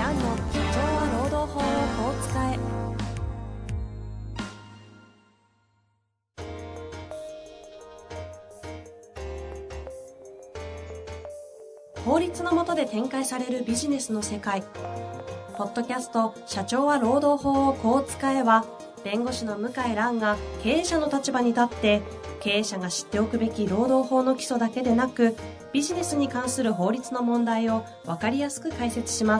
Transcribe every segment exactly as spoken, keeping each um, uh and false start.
蘭の社長は労働法をこう使え。法律の下で展開されるビジネスの世界。ポッドキャスト社長は労働法をこう使えは、弁護士の向井蘭が経営者の立場に立って経営者が知っておくべき労働法の基礎だけでなく、ビジネスに関する法律の問題を分かりやすく解説します。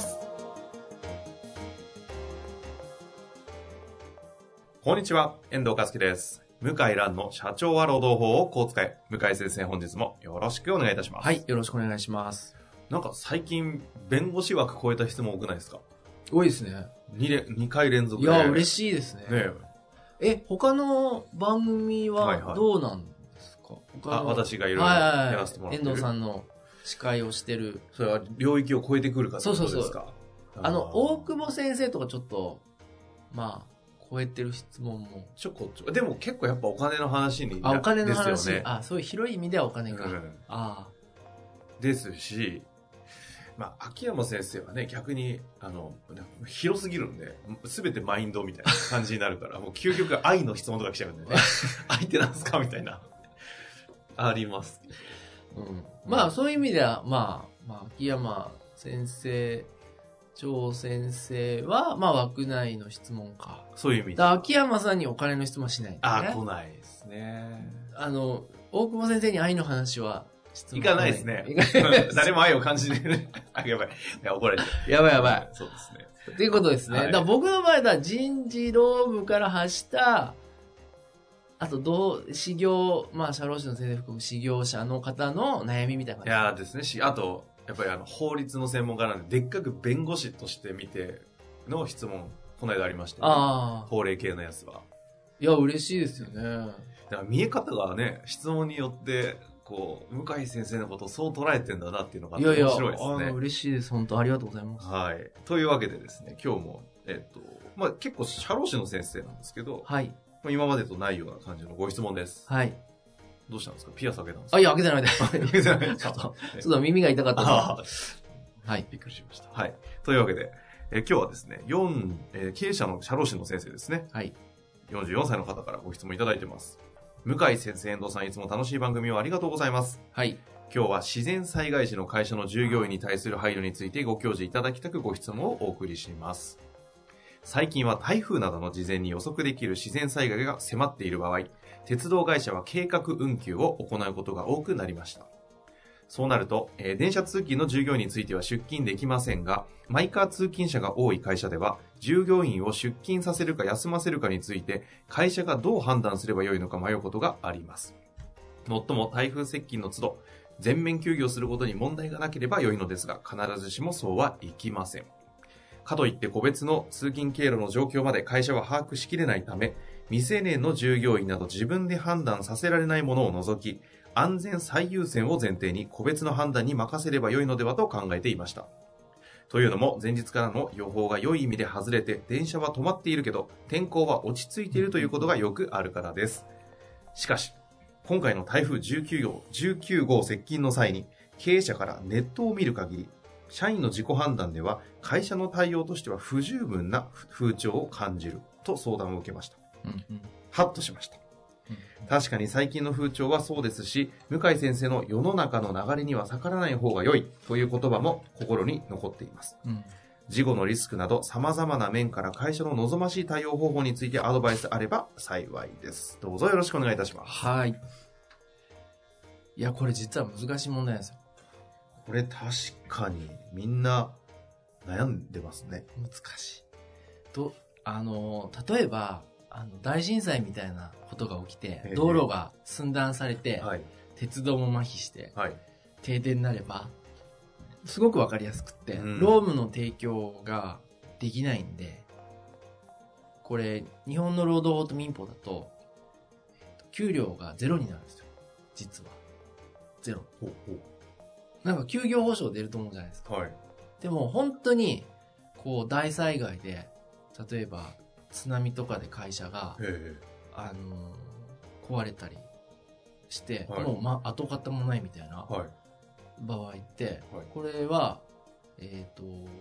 こんにちは、遠藤和樹です。向井蘭の社長は労働法をこう使え。向井先生、本日もよろしくお願いいたします。 はい、よろしくお願いします。 なんか最近弁護士枠超えた質問多くないですか？ 多いですね。 2, れにかい連続で。 いや嬉しいですね。 ねええ、他の番組はどうなんですか？はいはい、 あ、私がいろいろやらせてもらってる、 遠藤さんの司会をしてる。 それは領域を超えてくるかってことですか？そうそうそう。 あの大久保先生とかちょっとまあ超えてる質問もちょこちょこ。でも結構やっぱお金の話にあお金の話ですよね。 あ、そういう広い意味ではお金か、 うん、 あですし、まあ、秋山先生はね、逆に、あの、広すぎるんで、すべてマインドみたいな感じになるから、もう究極愛の質問とか来ちゃうんでね。愛ってなんすかみたいな。あります。 うん。まあ、そういう意味では、まあ、まあ、秋山先生、張先生は、まあ、枠内の質問か。 そういう意味で。秋山さんにお金の質問しないんだね。 あ、来ないですね。 あの、大久保先生に愛の話は、 いかないですね。誰も愛を感じてる。あ、やばい。いや、怒られてる。 やばいやばい。 そうですね。 っていうことですね。はい、だから僕の場合は人事労務から発した、あと、どう、修行、まあ、社労士の先生含む修行者の方の悩みみたいな感じ。 いやですね。し、あと、やっぱりあの、法律の専門家なんで、でっかく弁護士として見ての質問、この間ありましたね。ああ。法令系のやつは。 いや、嬉しいですよね。 だから見え方がね、質問によって、こう、向井先生のことをそう捉えてんだなっていうのが面白いですね。いやいや、 あ嬉しいです。本当ありがとうございます。 はい。というわけでですね、今日も、えっと、まあ、結構社労士の先生なんですけど、 はい。 今までとないような感じのご質問です。 はい。 どうしたんですか？ピアス開けたんですか？ あ、いや、開けてないです。開けてないです。ちょっと、ちょっと耳が痛かったです。 はい。びっくりしました。はい。というわけで、え今日はですね、よん、えー、経営者の社労士の先生ですね。 はい。 よんじゅうよんさいの方からご質問いただいてます。向井先生、遠藤さん、いつも楽しい番組をありがとうございます。 はい。 今日は自然災害時の会社の従業員に対する配慮についてご教示いただきたくご質問をお送りします。最近は台風などの事前に予測できる自然災害が迫っている場合、鉄道会社は計画運休を行うことが多くなりました。そうなると、えー、電車通勤の従業員については出勤できませんが、マイカー通勤者が多い会社では、従業員を出勤させるか休ませるかについて、会社がどう判断すればよいのか迷うことがあります。もっとも台風接近の都度、全面休業することに問題がなければ良いのですが、必ずしもそうはいきません。かといって個別の通勤経路の状況まで会社は把握しきれないため、未成年の従業員など自分で判断させられないものを除き、安全最優先を前提に個別の判断に任せれば良いのではと考えていました。というのも前日からの予報が良い意味で外れて電車は止まっているけど天候は落ち着いているということがよくあるからです。しかし、今回の台風じゅうきゅう号、じゅうきゅう号接近の際に経営者からネットを見る限り、社員の自己判断では会社の対応としては不十分な風潮を感じると相談を受けました。うんうん、ハッとしました。確かに最近の風潮はそうですし、向井先生の世の中の流れには逆らわない方が良いという言葉も心に残っています。うん、事後のリスクなど様々な面から会社の望ましい対応方法についてアドバイスあれば幸いです。どうぞよろしくお願いいたします。 はい。いや、これ実は難しい問題なんですよ。 これ確かにみんな悩んでますね。 難しい。と、あの、例えば、あの大震災みたいなことが起きて、道路が寸断されて、はい、鉄道も麻痺して、はい、停電になれば、すごくわかりやすくって、うん、労務の提供ができないんで、これ、日本の労働法と民法だと、給料がゼロになるんですよ。実は。ゼロ。ほうほう。なんか休業保障出ると思うじゃないですか。はい、でも本当に、こう大災害で、例えば、津波とかで会社が、あのー、壊れたりして、はい、もう、ま、跡形もないみたいな場合って、はい、これは、えっと、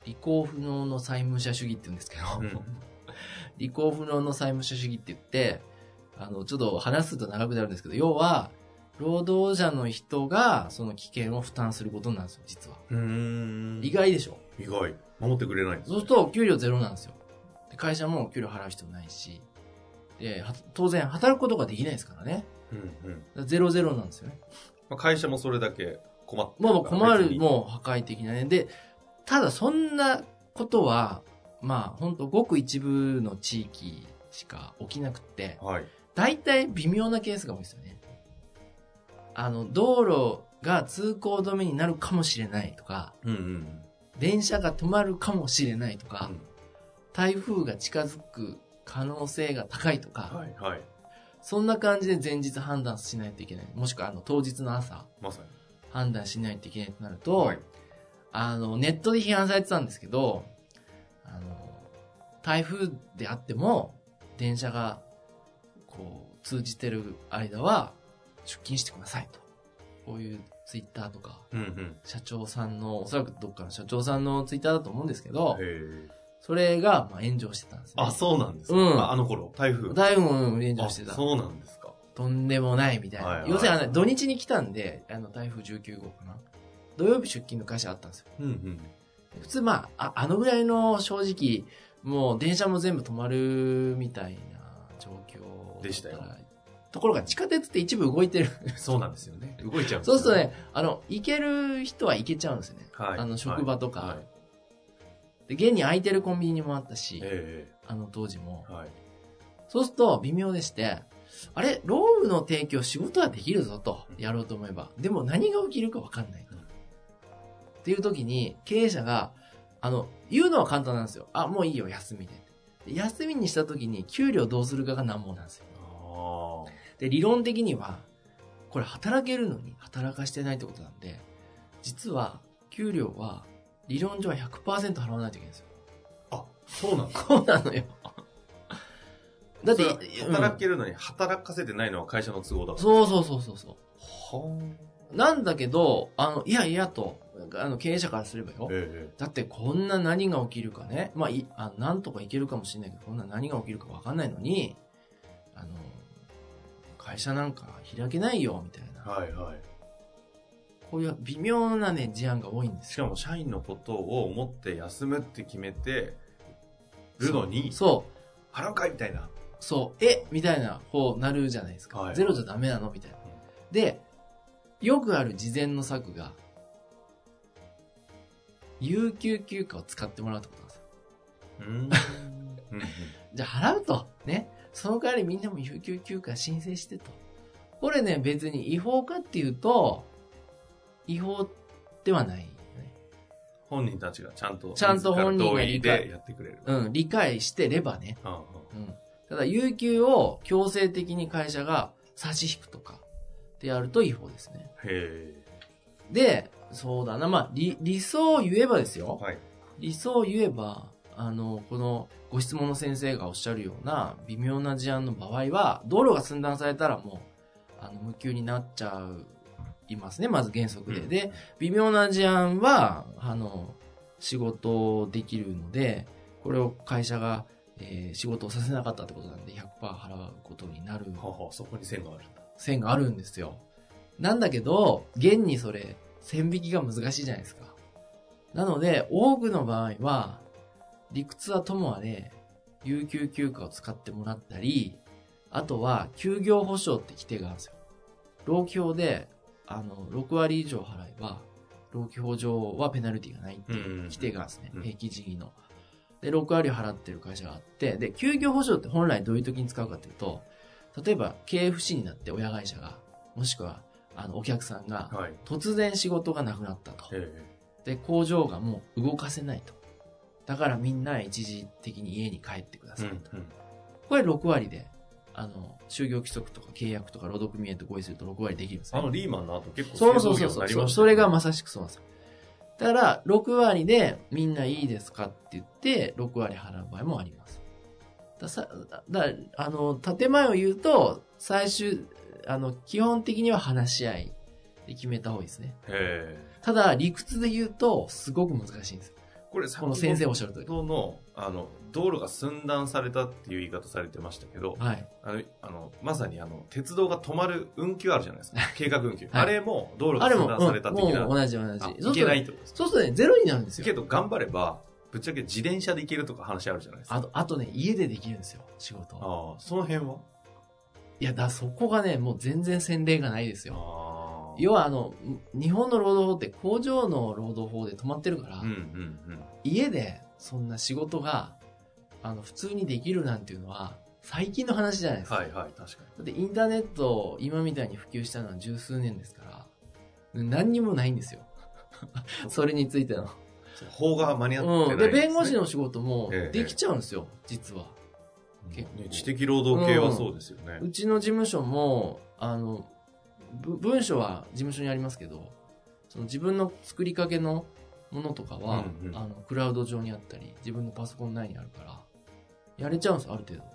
履行不能の債務者主義って言うんですけど、うん、履行不能の債務者主義って言って、あの、ちょっと話すと長くなるんですけど、要は、労働者の人がその危険を負担することなんですよ、実は。うーん。意外でしょ？ 意外。守ってくれないんですね。 そうすると、給料ゼロなんですよ。で会社も給料払う必要ないし、で、当然、働くことができないですからね。うんうん。ゼロゼロなんですよね。 まあ、会社もそれだけ困ってる。もう困る、もう破壊的なね。で、ただそんなことは、まあ、本当ごく一部の地域しか起きなくって、はい。大体微妙なケースが多いですよね。あの、道路が通行止めになるかもしれないとか、うんうん、電車が止まるかもしれないとか、うん、台風が近づく可能性が高いとか、はいはい、そんな感じで前日判断しないといけない。もしくはあの当日の朝、まさに判断しないといけないとなると、はい、あの、ネットで批判されてたんですけど、あの、台風であっても、電車がこう通じてる間は、出勤してくださいと。こういうツイッターとか、うんうん、社長さんの、おそらくどっかの社長さんのツイッターだと思うんですけど、それがまあ炎上してたんですね。 あ、そうなんですか、うん、あ, あの頃、台風。 台風も炎上してた。 そうなんですか。 とんでもないみたいな。はいはい、要するに土日に来たんで、あの台風じゅうきゅうごうかな。土曜日出勤の会社あったんですよ。うんうん、普通まあ、あ、あのぐらいの正直、もう電車も全部止まるみたいな状況でしたよ。 ところが地下鉄って一部動いてる。 そうなんですよね。動いちゃうんですよね。 そうするとね、あの、行ける人は行けちゃうんですよね。はい、あの、職場とか。はいはい、で、現に空いてるコンビニもあったし、えー、あの当時も。はい、そうすると微妙でして、あれ、労務の提供仕事はできるぞと、やろうと思えば。でも何が起きるか分かんないと。うん、っていう時に、経営者が、あの、言うのは簡単なんですよ。あ、もういいよ、休みで。休みにした時に給料どうするかが難問なんですよ。で、理論的には、これ働けるのに働かしてないってことなんで、実は、給料は、理論上は ひゃくパーセント 払わないといけないんですよ。 あ、そうなの？ そうなのよ。 だって、働けるのに働かせてないのは会社の都合だから。 そうそうそうそうそう。はあ。なんだけど、あの、いやいやと、あの、経営者からすればよ。ええ、だってこんな何が起きるかね。まあ、い、あ、なんとかいけるかもしれないけど、こんな何が起きるかわかんないのに、あの、会社なんか開けないよ、みたいな。はいはい。こういう微妙なね、事案が多いんですよ。 しかも社員のことを思って休むって決めてるのに、 そう。 払うかいみたいな。 そう。えみたいな、こうなるじゃないですか。はいはい、ゼロじゃダメなのみたいな。うん、で、よくある事前の策が、有給休暇を使ってもらうってことなんですよ。うん。じゃあ払うと。ね。その代わりみんなも有給休暇申請してと。これね、別に違法かっていうと、違法ではないよね。 本人たちがちゃんと、 ちゃんと本人が理解やってくれる。 うん、理解してればね。うんうん、ただ、有給を強制的に会社が差し引くとかってやると違法ですね。へー。で、そうだな、まあ、理、理想を言えばですよ。はい。理想を言えば、あの、このご質問の先生がおっしゃるような微妙な事案の場合は、道路が寸断されたらもう、あの、無給になっちゃう、いますね、まず原則で。うん、で、微妙な事案は、あの、仕事できるので、これを会社が、えー、仕事をさせなかったってことなんで ひゃくパーセント 払うことになる。 はは、そこに線があるんだ。 線があるんですよ。なんだけど、現にそれ、線引きが難しいじゃないですか。なので、多くの場合は、理屈はともあれ、有給休暇を使ってもらったり、あとは、休業保障って規定があるんですよ。労基法で、あの、ろくわり以上払えば、労基法上はペナルティがないっていう規定があるんですね。うんうん、平均時期の。で、ろくわりを払ってる会社があって、で、休業保障って本来どういう時に使うかというと、例えば経営不振になって親会社が、もしくは、あの、お客さんが、突然仕事がなくなったと。はい、で、工場がもう動かせないと。だからみんな一時的に家に帰ってくださいと。うんうん、これろくわりで、あの、就業規則とか契約とか労働組合と合意するとろくわりできるんですね。 あのリーマンの後結構そうそうそうそう、ね、それがまさしくそうなんですよ。だから、ろくわりでみんないいですかって言って、ろくわり払う場合もあります。ださ、だあの、建前を言うと、最終、あの、基本的には話し合いで決めた方がいいですね。へー。ただ、理屈で言うと、すごく難しいんです。 これこの先生おっしゃると先ほどの、あの、道路が寸断されたっていう言い方されてましたけど、はい、あの、あのまさにあの、鉄道が止まる運休あるじゃないですか。計画運休。はい、あれも道路が寸断された的な。 もう同じ同じ。 いけないってことですか。 そうするとね、ゼロになるんですよ。 けど頑張れば、ぶっちゃけ自転車で行けるとか話あるじゃないですか。 あと、あとね、家でできるんですよ、仕事。 ああ、その辺はいや、だ、そこがね、もう全然先例がないですよ。あ要はあの、日本の労働法って工場の労働法で止まってるから、うんうんうん、家でそんな仕事が、あの、普通にできるなんていうのは、最近の話じゃないですか。 はいはい、確かに。 だってインターネット、今みたいに普及したのは十数年ですから、何にもないんですよ。それについての。 法が間に合ってない、ね。 うん。で、弁護士の仕事もできちゃうんですよ、ええ、実は。 ね、知的労働系はそうですよね、 うん。うちの事務所も、あの、文書は事務所にありますけど、その自分の作りかけのものとかは、うんうん、あのクラウド上にあったり、自分のパソコン内にあるから、やれちゃうんですよ、ある程度。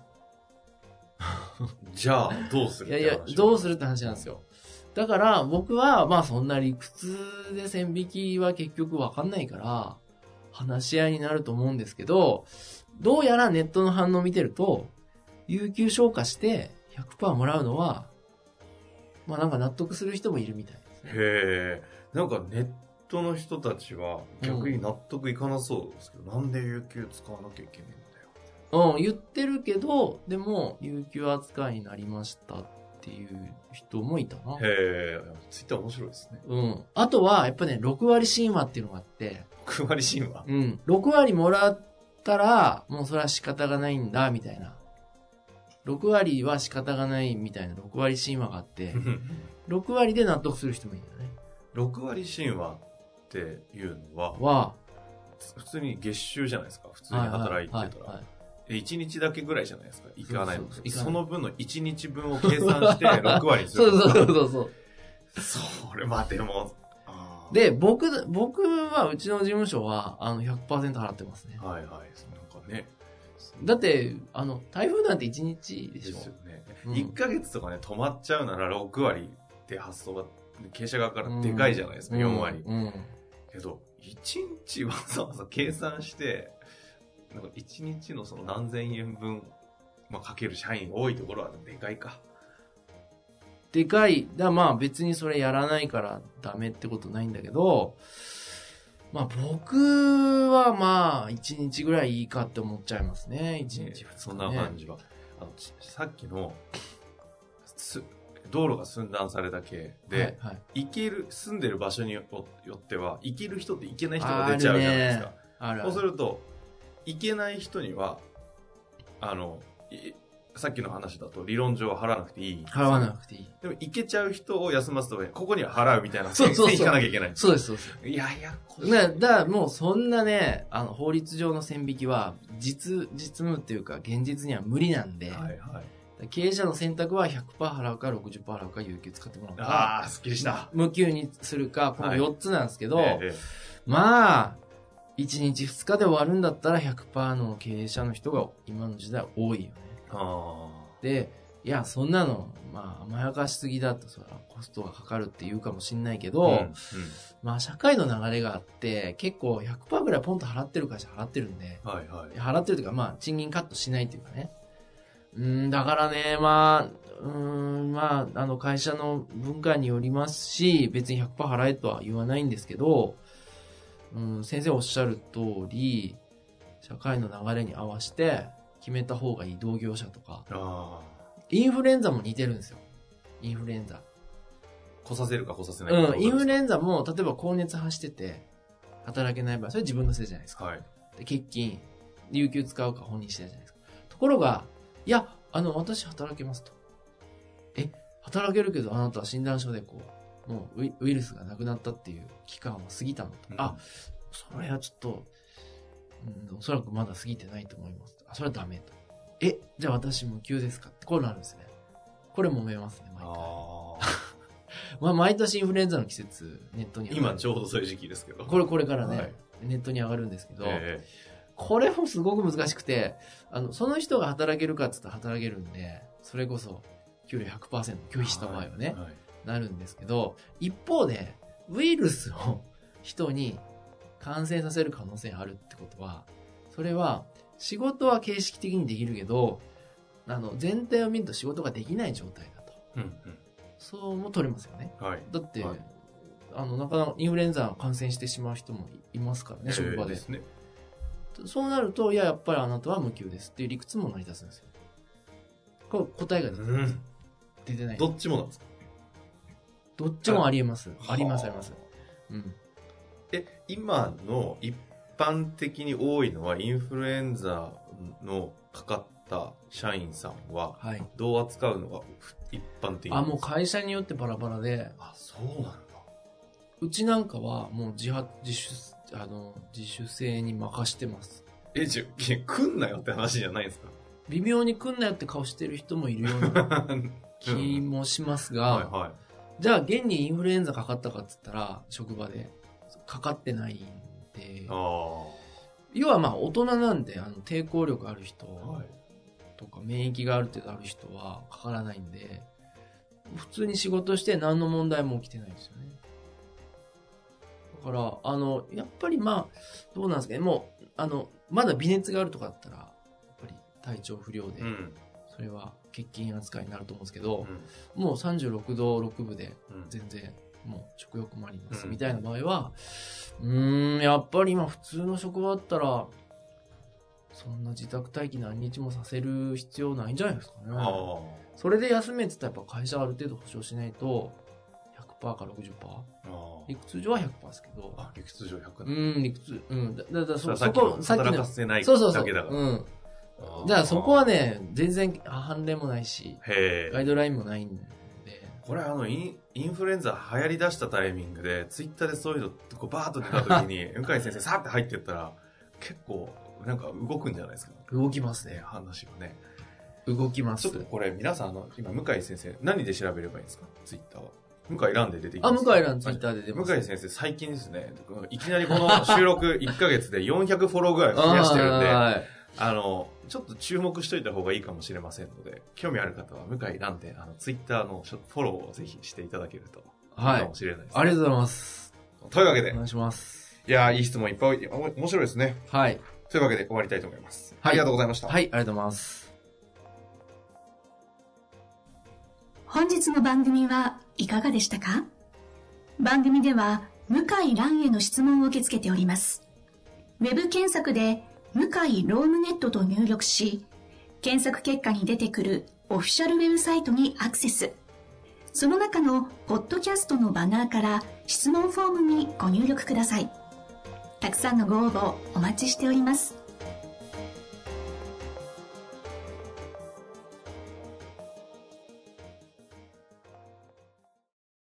じゃあ、どうするいやいや、どうするって話なんですよ。だから、僕は、まあそんな理屈で線引きは結局わかんないから、話し合いになると思うんですけど、どうやらネットの反応を見てると、有給消化して ひゃくパーセント もらうのは、まあなんか納得する人もいるみたいですね。 へえ。なんかネットの人たちは逆に納得いかなそうですけど、うん、なんで有給使わなきゃいけないんだよ。うん、言ってるけど、でも有給扱いになりましたっていう人もいたな。 へえ。ツイッター面白いですね。 うん。あとはやっぱね、ろく割神話っていうのがあって、 ろく割神話？ うん。ろく割もらったら、もうそれは仕方がないんだ、みたいな。ろく割は仕方がないみたいなろく割神話があって、ろく割で納得する人もいるんだね。 ろく割神話っていうのは、 は普通に月収じゃないですか。普通に働いてたら。はいはいはい、いちにちだけぐらいじゃないですか。行かないの。その分のいちにちぶんを計算してろく割にする。 そうそうそうそう。 それはでも、 で、僕、僕は、うちの事務所は、あの、ひゃくパーセント 払ってますね。 はいはい。なんかね。 だって、あの、台風なんていちにちでしょ。 ですよね。うん、いっかげつとかね、止まっちゃうならろく割って発想が、経営者側からでかいじゃないですか、うん、よん割。うんうん、けど、いちにちわざわざ計算して、なんかいちにちのその何千円分、まあ、かける社員多いところはでかいか。 でかい。だまあ別にそれやらないからダメってことないんだけど、まあ僕はまあいちにちぐらいいいかって思っちゃいますね。いちにちふつか、ね、 そんな感じは。あのさっきの道路が寸断された系で、はいはい、行ける、住んでる場所によっては、行ける人って行けない人が出ちゃうじゃないですか。あるね、あるある。そうすると、行けない人には、あの、さっきの話だと理論上は払わなくていい。 払わなくていい。 でも行けちゃう人を休ますとここには払うみたいな線引かなきゃいけない。 そうですそうです。 いやいや、 ね、だからもうそんなね、あの法律上の線引きは実実務っていうか現実には無理なんで。はいはい。経営者の選択は ひゃくパーセント 払うか ろくじゅっパーセント 払うか有給使ってもらうか。 ああ、すっきりした。 無給にするか、このよっつなんですけど、はいええ、まあいちにちふつかで終わるんだったら ひゃくパーセント の経営者の人が今の時代多いよね。あで、いや、そんなの、まあ、甘やかしすぎだと、それはコストがかかるって言うかもしんないけど、うんうん、まあ、社会の流れがあって、結構 ひゃくパーセント ぐらいポンと払ってる会社払ってるんで、はいはい、払ってるというか、まあ、賃金カットしないっていうかね。うん、だからね、まあ、うん、まあ、あの、会社の文化によりますし、別に ひゃくパーセント 払えとは言わないんですけど、うん、先生おっしゃる通り、社会の流れに合わせて、決めた方がいい同業者とか。あインフルエンザも似てるんですよ。インフルエンザ。 来させるか来させないか。 うん、インフルエンザも、例えば高熱発してて、働けない場合、それ自分のせいじゃないですか。はい。で、欠勤、有給使うか本人してるじゃないですか。ところが、いや、あの、私働けますと。え、働けるけどあなたは診断書でこう、もうウイルスがなくなったっていう期間は過ぎたのと。うん、あ、それはちょっと、うん、おそらくまだ過ぎてないと思います。あ、それはダメと。え、じゃあ私無給ですかってこうなるんですね。これ揉めますね、毎回。あまあ毎年インフルエンザの季節、ネットに上がる。 今ちょうどそういう時期ですけど。 これこれからね、はい、ネットに上がるんですけど、えー、これもすごく難しくて、あの、その人が働けるかって言ったら働けるんで、それこそ給料 ひゃくパーセント 拒否した場合はね、はいはい、なるんですけど、一方で、ウイルスを人に感染させる可能性があるってことは、それは仕事は形式的にできるけど、あの全体を見ると仕事ができない状態だと。うんうん、そうも取れますよね。はい、だって、はい、あのなかなかインフルエンザ感染してしまう人もいますからね、職場で。ですね。そうなると、いや、やっぱりあなたは無給ですっていう理屈も成り立つんですよ。これ答えが出てない。うん、出てない。 どっちもなんですか？ どっちもありえます。あります、あります。うん。 え、今の一般的に多いのは、インフルエンザのかかった社員さんは、どう扱うのが一般的なんですか？あ、もう会社によってバラバラで。 あ、そうなんだ。 うちなんかは、もう自発、自主、あの、自主性に任してます。 え、じゃ、来んなよって話じゃないですか？ 微妙に来んなよって顔してる人もいるような気もしますが、はいはい、じゃあ現にインフルエンザかかったかっつったら、職場でかかってないんで、あ、要はまあ大人なんで、あの抵抗力ある人とか免疫がある程度ある人はかからないんで、普通に仕事して何の問題も起きてないんですよね。だから、あの、やっぱりまあ、どうなんですかね、もう、あの、まだ微熱があるとかだったら、やっぱり体調不良で、うん、それは欠勤扱いになると思うんですけど、うん、もうさんじゅうろくどろくぶで全然、もう食欲もありますみたいな場合は、うーん、やっぱり今普通の職場だったら、そんな自宅待機何日もさせる必要ないんじゃないですかね。それで休めって言ったらやっぱ会社ある程度保証しないと、ひゃくパーセント か ろくじゅっパーセント。理屈上は ひゃくパーセント ですけど。 あ、理屈上ひゃくパーセント。うん、理屈。うん。だ、だ、だ、 そ、そこ、さっきの。働かせないだけだから。そうそうそう。うん。 だからそこはね、全然判例もないし、ガイドラインもないんで。 これあのイン、インフルエンザ流行り出したタイミングで、ツイッターでそういうのこうバーッと出た時に、向井先生さーって入ってったら、結構なんか動くんじゃないですか。 動きますね。 話はね。 動きます。 ちょっとこれ皆さんあの、今向井先生、何で調べればいいんですか？ツイッターは。向井蘭で出てきます。 あ、向井蘭ツイッターで出ます。 向井先生最近ですね、いきなりこの収録いっかげつでよんひゃくフォローぐらい増やしてるんで、あ, あの、ちょっと注目しといた方がいいかもしれませんので、興味ある方は向井蘭で、あの、ツイッターのフォローをぜひしていただけるといいかもしれないです、ね。 はい。ありがとうございます。 というわけで。 お願いします。 いやー、いい質問いっぱい、面白いですね。 はい。 というわけで終わりたいと思います。はい、ありがとうございました。 はい、ありがとうございます。 本日の番組はいかがでしたか？番組では向井蘭への質問を受け付けております。ウェブ検索で向井ロームネットと入力し、検索結果に出てくるオフィシャルウェブサイトにアクセス。その中のポッドキャストのバナーから質問フォームにご入力ください。たくさんのご応募お待ちしております。